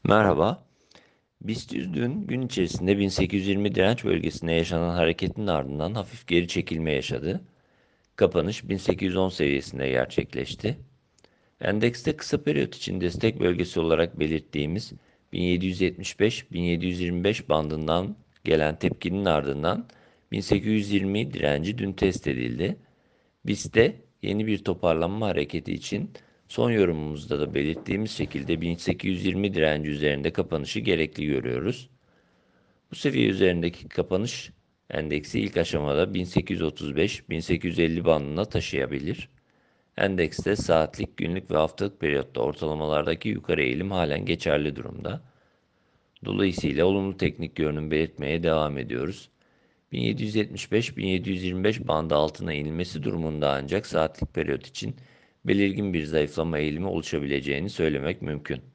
Merhaba. BIST 100 dün gün içerisinde 1820 direnç bölgesinde yaşanan hareketin ardından hafif geri çekilme yaşadı. Kapanış 1810 seviyesinde gerçekleşti. Endekste kısa periyot için destek bölgesi olarak belirttiğimiz 1775-1725 bandından gelen tepkinin ardından 1820 direnci dün test edildi. BIST'te yeni bir toparlanma hareketi için son yorumumuzda da belirttiğimiz şekilde 1820 direnci üzerinde kapanışı gerekli görüyoruz. Bu seviye üzerindeki kapanış endeksi ilk aşamada 1835-1850 bandına taşıyabilir. Endekste saatlik, günlük ve haftalık periyotta ortalamalardaki yukarı eğilim halen geçerli durumda. Dolayısıyla olumlu teknik görünüm belirtmeye devam ediyoruz. 1775-1725 bandı altına inilmesi durumunda ancak saatlik periyot için belirgin bir zayıflama eğilimi oluşabileceğini söylemek mümkün.